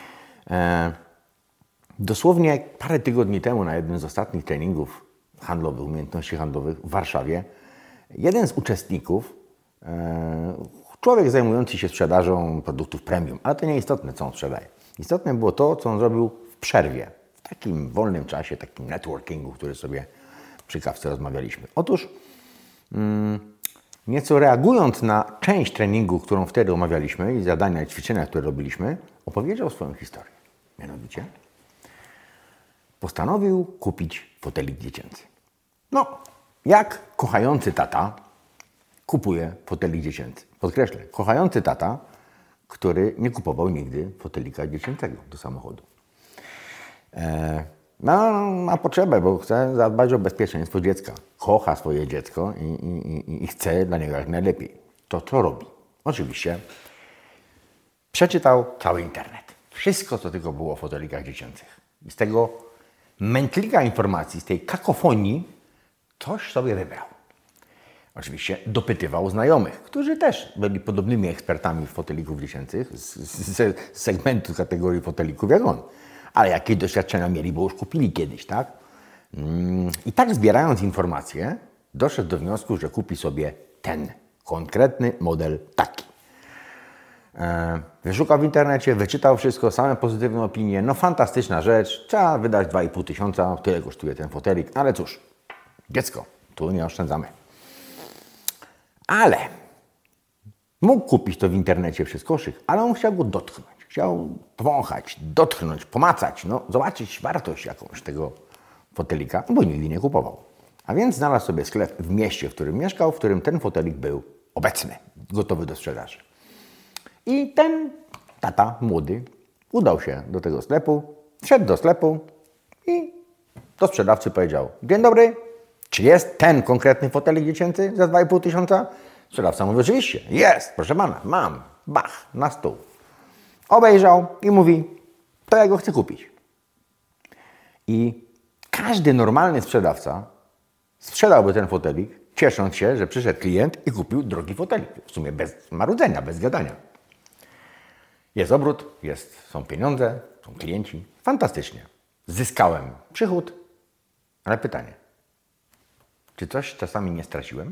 Dosłownie parę tygodni temu na jednym z ostatnich treningów handlowych, umiejętności handlowych w Warszawie, jeden z uczestników, człowiek zajmujący się sprzedażą produktów premium, ale to nieistotne, co on sprzedaje. Istotne było to, co on zrobił w przerwie, w takim wolnym czasie, takim networkingu, który sobie przy kawce rozmawialiśmy. Otóż nieco reagując na część treningu, którą wtedy omawialiśmy i zadania i ćwiczenia, które robiliśmy, opowiedział swoją historię. Mianowicie postanowił kupić fotelik dziecięcy. No, jak kochający tata kupuje fotelik dziecięcy. Podkreślę, kochający tata, który nie nigdy fotelika dziecięcego do samochodu. Ma potrzebę, bo chce zadbać o bezpieczeństwo dziecka. Kocha swoje dziecko i chce dla niego jak najlepiej. To co robi? Oczywiście przeczytał cały internet. Wszystko, co tylko było o fotelikach dziecięcych. I z tego mętlika informacji, z tej kakofonii coś sobie wybrał. Oczywiście dopytywał znajomych, którzy też byli podobnymi ekspertami fotelików dziecięcych z segmentu kategorii fotelików jak on. Ale jakieś doświadczenia mieli, bo już kupili kiedyś, tak? I tak zbierając informacje, doszedł do wniosku, że kupi sobie ten konkretny model taki. Wyszukał w internecie, wyczytał wszystko, same pozytywne opinie. No fantastyczna rzecz, trzeba wydać 2,5 tysiąca, tyle kosztuje ten fotelik. Ale cóż, dziecko, tu nie oszczędzamy. Ale mógł kupić to w internecie przez koszyk, ale on chciał go dotknąć. Chciał powąchać, dotknąć, pomacać, no, zobaczyć wartość jakąś tego fotelika, bo nigdy nie kupował. A więc znalazł sobie sklep w mieście, w którym mieszkał, w którym ten fotelik był obecny, gotowy do sprzedaży. I ten tata młody udał się do tego sklepu, wszedł do sklepu i do sprzedawcy powiedział: dzień dobry, czy jest ten konkretny fotelik dziecięcy za 2,5 tysiąca? Sprzedawca mówi: oczywiście, jest, proszę pana, mam, bach, na stół. Obejrzał i mówi: to ja go chcę kupić. I każdy normalny sprzedawca sprzedałby ten fotelik, ciesząc się, że przyszedł klient i kupił drogi fotelik. W sumie bez marudzenia, bez gadania. Jest obrót, są pieniądze, są klienci. Fantastycznie. Zyskałem przychód, ale pytanie: czy coś czasami nie straciłem?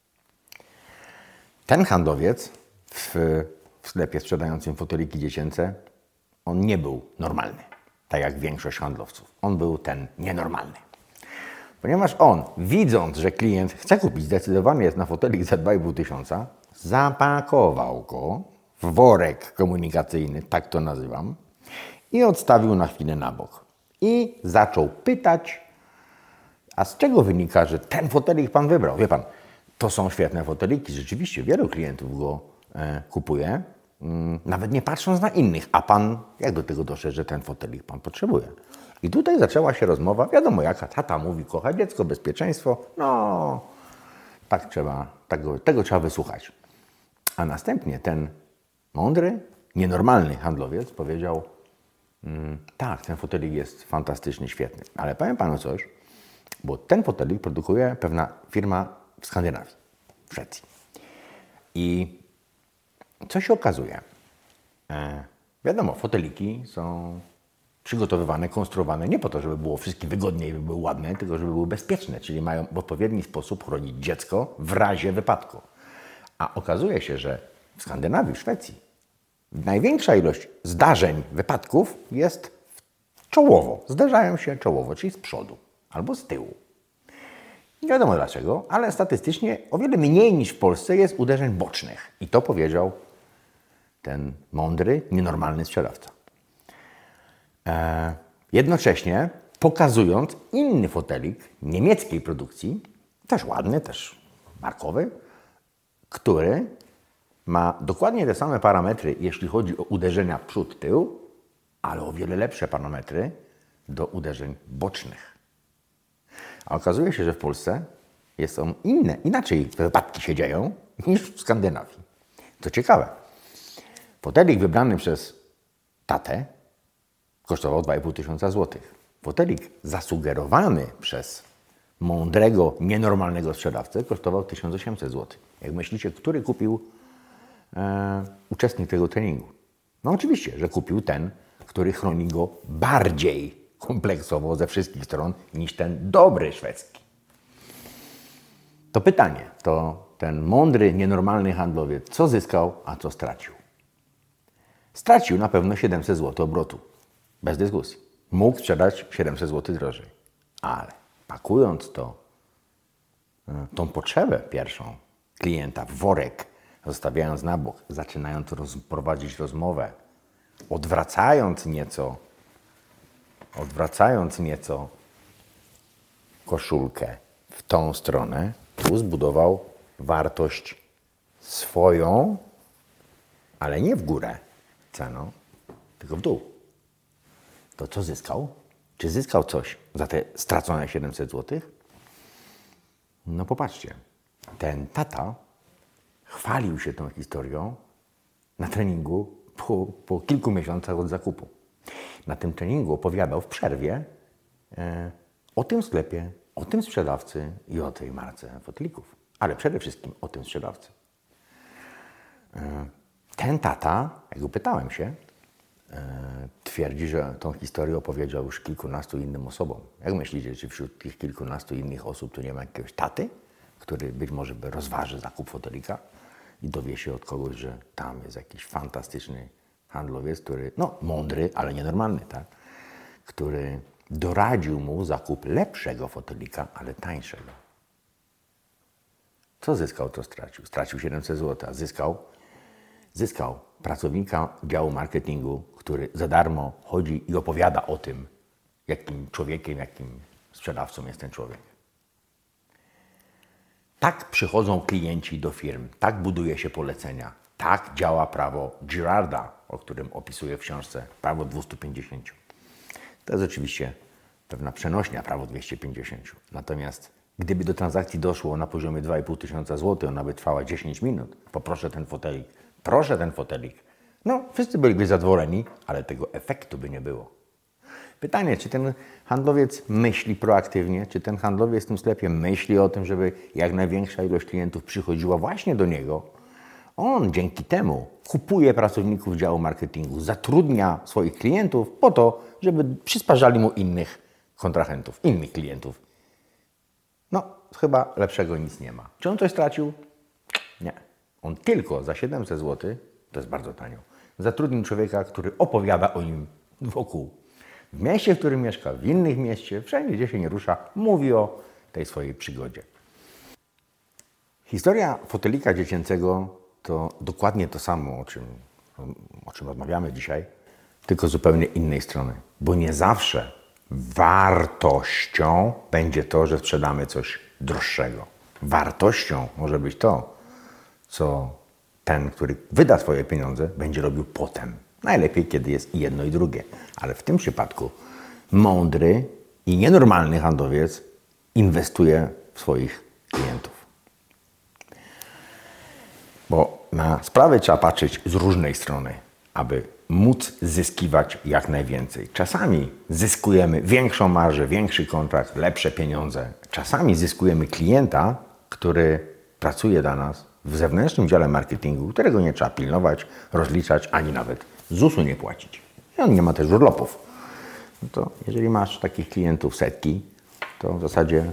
Ten handlowiec w sklepie sprzedającym foteliki dziecięce, on nie był normalny, tak jak większość handlowców. On był ten nienormalny. Ponieważ on, widząc, że klient chce kupić, zdecydowany jest na fotelik za 2,5 tysiąca, zapakował go w worek komunikacyjny, tak to nazywam, i odstawił na chwilę na bok. I zaczął pytać: a z czego wynika, że ten fotelik pan wybrał? Wie pan, to są świetne foteliki, rzeczywiście wielu klientów go kupuje, nawet nie patrząc na innych. A pan jak do tego doszedł, że ten fotelik pan potrzebuje? I tutaj zaczęła się rozmowa, wiadomo jaka, tata mówi, kocha dziecko, bezpieczeństwo, no tak tego trzeba wysłuchać. A następnie ten mądry, nienormalny handlowiec powiedział: tak, ten fotelik jest fantastyczny, świetny, ale powiem panu coś, bo ten fotelik produkuje pewna firma w Skandynawii, w Szwecji. I co się okazuje? Wiadomo, foteliki są przygotowywane, konstruowane nie po to, żeby było wszystkim wygodnie i żeby były ładne, tylko żeby były bezpieczne, czyli mają w odpowiedni sposób chronić dziecko w razie wypadku. A okazuje się, że w Skandynawii, w Szwecji największa ilość zdarzeń, wypadków jest czołowo. Zdarzają się czołowo, czyli z przodu albo z tyłu. Nie wiadomo dlaczego, ale statystycznie o wiele mniej niż w Polsce jest uderzeń bocznych. I to powiedział ten mądry, nienormalny sprzedawca. Jednocześnie pokazując inny fotelik niemieckiej produkcji, też ładny, też markowy, który ma dokładnie te same parametry, jeśli chodzi o uderzenia przód-tył, ale o wiele lepsze parametry do uderzeń bocznych. A okazuje się, że w Polsce są inaczej wypadki się dzieją niż w Skandynawii. Co ciekawe, fotelik wybrany przez tatę kosztował 2500 złotych. Fotelik zasugerowany przez mądrego, nienormalnego sprzedawcę kosztował 1800 zł. Jak myślicie, który kupił uczestnik tego treningu? No oczywiście, że kupił ten, który chroni go bardziej kompleksowo ze wszystkich stron niż ten dobry szwedzki. To pytanie, to ten mądry, nienormalny handlowiec, co zyskał, a co stracił? Stracił na pewno 700 zł obrotu. Bez dyskusji. Mógł sprzedać 700 zł drożej. Ale pakując tą potrzebę pierwszą klienta w worek, zostawiając na bok, zaczynając prowadzić rozmowę, odwracając nieco koszulkę w tą stronę, tu zbudował wartość swoją, ale nie w górę ceną, tylko w dół. To co zyskał? Czy zyskał coś za te stracone 700 zł? No popatrzcie, ten tata chwalił się tą historią na treningu po kilku miesiącach od zakupu. Na tym treningu opowiadał w przerwie o tym sklepie, o tym sprzedawcy i o tej marce fotelików. Ale przede wszystkim o tym sprzedawcy. Ten tata, jak go pytałem się, twierdzi, że tą historię opowiedział już kilkunastu innym osobom. Jak myślicie, czy wśród tych kilkunastu innych osób tu nie ma jakiegoś taty, który być może by rozważy zakup fotelika i dowie się od kogoś, że tam jest jakiś fantastyczny handlowiec, który, no mądry, ale nienormalny, tak? Który doradził mu zakup lepszego fotelika, ale tańszego. Co zyskał, to stracił. Stracił 700 zł, a zyskał pracownika działu marketingu, który za darmo chodzi i opowiada o tym, jakim człowiekiem, jakim sprzedawcą jest ten człowiek. Tak przychodzą klienci do firm, tak buduje się polecenia, tak działa prawo Girarda, o którym opisuję w książce, prawo 250. To jest oczywiście pewna przenośnia, prawo 250. Natomiast gdyby do transakcji doszło na poziomie 2500 zł, ona by trwała 10 minut, poproszę ten fotelik, proszę ten fotelik. No, wszyscy byliby zadowoleni, ale tego efektu by nie było. Pytanie, czy ten handlowiec myśli proaktywnie, czy ten handlowiec w tym sklepie myśli o tym, żeby jak największa ilość klientów przychodziła właśnie do niego. On dzięki temu kupuje pracowników działu marketingu, zatrudnia swoich klientów po to, żeby przysparzali mu innych kontrahentów, innych klientów. No, chyba lepszego nic nie ma. Czy on coś stracił? Nie. On tylko za 700 zł, to jest bardzo tanio, zatrudnił człowieka, który opowiada o nim wokół. W mieście, w którym mieszka, w innym mieście, wszędzie, gdzie się nie rusza, mówi o tej swojej przygodzie. Historia fotelika dziecięcego to dokładnie to samo, o czym rozmawiamy dzisiaj, tylko z zupełnie innej strony. Bo nie zawsze wartością będzie to, że sprzedamy coś droższego. Wartością może być to, co ten, który wyda swoje pieniądze, będzie robił potem. Najlepiej, kiedy jest i jedno, i drugie. Ale w tym przypadku mądry i nienormalny handlowiec inwestuje w swoich klientów. Bo na sprawę trzeba patrzeć z różnej strony, aby móc zyskiwać jak najwięcej. Czasami zyskujemy większą marżę, większy kontrakt, lepsze pieniądze. Czasami zyskujemy klienta, który pracuje dla nas w zewnętrznym dziale marketingu, którego nie trzeba pilnować, rozliczać, ani nawet ZUS-u nie płacić. I on nie ma też urlopów. No to jeżeli masz takich klientów setki, to w zasadzie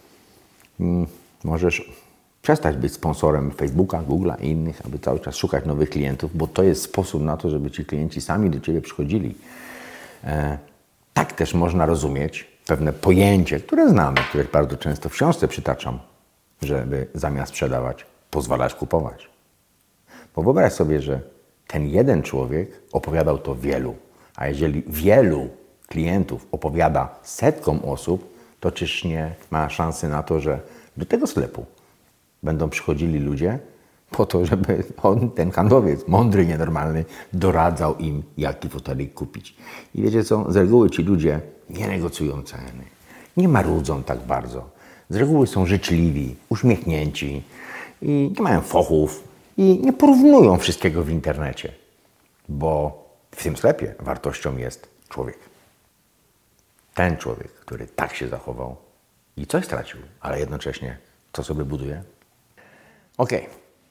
możesz przestać być sponsorem Facebooka, Google'a i innych, aby cały czas szukać nowych klientów, bo to jest sposób na to, żeby ci klienci sami do Ciebie przychodzili. Tak też można rozumieć pewne pojęcie, które znamy, które bardzo często w książce przytaczam, żeby zamiast sprzedawać, pozwalać kupować. Bo wyobraź sobie, że ten jeden człowiek opowiadał to wielu, a jeżeli wielu klientów opowiada setkom osób, to czyż nie ma szansy na to, że do tego sklepu będą przychodzili ludzie po to, żeby on, ten handlowiec, mądry, nienormalny, doradzał im, jaki fotelik kupić. I wiecie co? Z reguły ci ludzie nie negocjują ceny, nie marudzą tak bardzo. Z reguły są życzliwi, uśmiechnięci, i nie mają fochów i nie porównują wszystkiego w internecie, bo w tym sklepie wartością jest człowiek. Ten człowiek, który tak się zachował i coś stracił, ale jednocześnie co sobie buduje. Okej.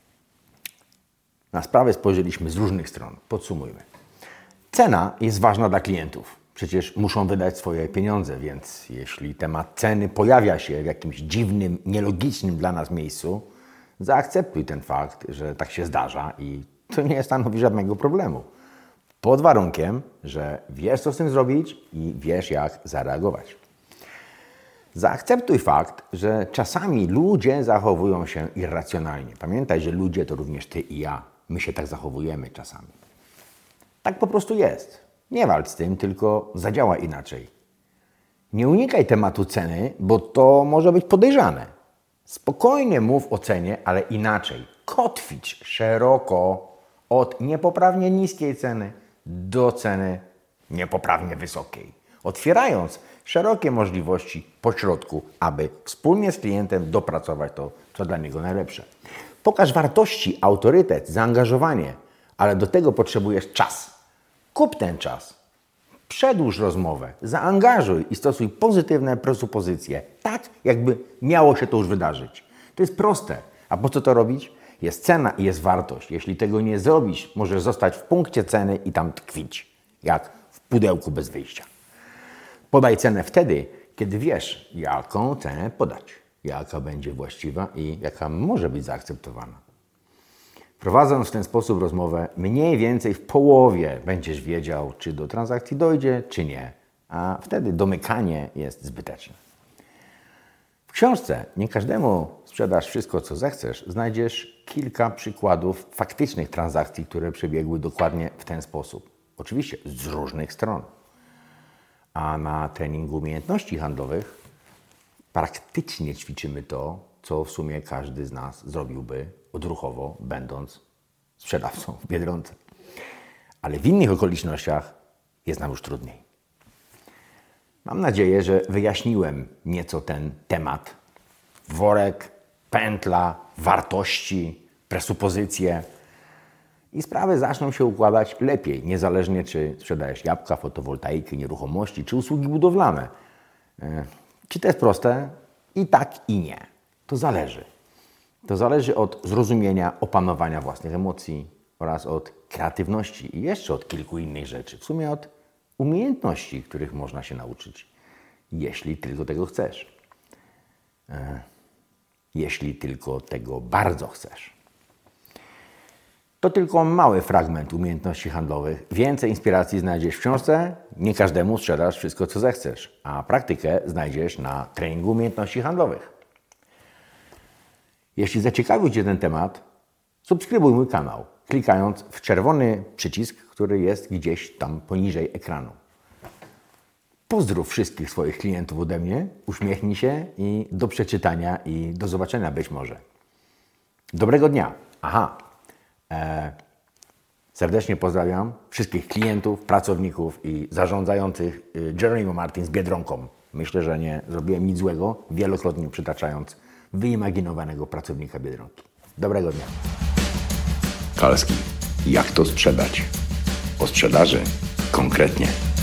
Na sprawę spojrzeliśmy z różnych stron. Podsumujmy. Cena jest ważna dla klientów. Przecież muszą wydać swoje pieniądze, więc jeśli temat ceny pojawia się w jakimś dziwnym, nielogicznym dla nas miejscu, zaakceptuj ten fakt, że tak się zdarza i to nie stanowi żadnego problemu. Pod warunkiem, że wiesz, co z tym zrobić i wiesz, jak zareagować. Zaakceptuj fakt, że czasami ludzie zachowują się irracjonalnie. Pamiętaj, że ludzie to również ty i ja. My się tak zachowujemy czasami. Tak po prostu jest. Nie walcz z tym, tylko zadziałaj inaczej. Nie unikaj tematu ceny, bo to może być podejrzane. Spokojnie mów o cenie, ale inaczej. Kotwicz szeroko od niepoprawnie niskiej ceny do ceny niepoprawnie wysokiej. Otwierając szerokie możliwości pośrodku, aby wspólnie z klientem dopracować to, co dla niego najlepsze. Pokaż wartości, autorytet, zaangażowanie, ale do tego potrzebujesz czas. Kup ten czas. Przedłuż rozmowę, zaangażuj i stosuj pozytywne presupozycje, tak jakby miało się to już wydarzyć. To jest proste. A po co to robić? Jest cena i jest wartość. Jeśli tego nie zrobisz, możesz zostać w punkcie ceny i tam tkwić, jak w pudełku bez wyjścia. Podaj cenę wtedy, kiedy wiesz, jaką cenę podać, jaka będzie właściwa i jaka może być zaakceptowana. Prowadząc w ten sposób rozmowę, mniej więcej w połowie będziesz wiedział, czy do transakcji dojdzie, czy nie, a wtedy domykanie jest zbyteczne. W książce Nie każdemu sprzedasz wszystko, co zechcesz, znajdziesz kilka przykładów faktycznych transakcji, które przebiegły dokładnie w ten sposób. Oczywiście z różnych stron. A na treningu umiejętności handlowych praktycznie ćwiczymy to, co w sumie każdy z nas zrobiłby odruchowo, będąc sprzedawcą w Biedronce. Ale w innych okolicznościach jest nam już trudniej. Mam nadzieję, że wyjaśniłem nieco ten temat. Worek, pętla, wartości, presupozycje. I sprawy zaczną się układać lepiej, niezależnie czy sprzedajesz jabłka, fotowoltaikę, nieruchomości, czy usługi budowlane. Czy to jest proste? I tak, i nie. To zależy. To zależy od zrozumienia, opanowania własnych emocji oraz od kreatywności i jeszcze od kilku innych rzeczy. W sumie od umiejętności, których można się nauczyć, jeśli tylko tego chcesz. Jeśli tylko tego bardzo chcesz. To tylko mały fragment umiejętności handlowych. Więcej inspiracji znajdziesz w książce. Nie każdemu sprzedasz wszystko, co zechcesz, a praktykę znajdziesz na treningu umiejętności handlowych. Jeśli zaciekawił Cię ten temat, subskrybuj mój kanał, klikając w czerwony przycisk, który jest gdzieś tam poniżej ekranu. Pozdrów wszystkich swoich klientów ode mnie, uśmiechnij się i do przeczytania i do zobaczenia być może. Dobrego dnia. Serdecznie pozdrawiam wszystkich klientów, pracowników i zarządzających Jeremy Martin z Biedronką. Myślę, że nie zrobiłem nic złego, wielokrotnie przytaczając wyimaginowanego pracownika Biedronki. Dobrego dnia. Kalski. Jak to sprzedać? O sprzedaży konkretnie.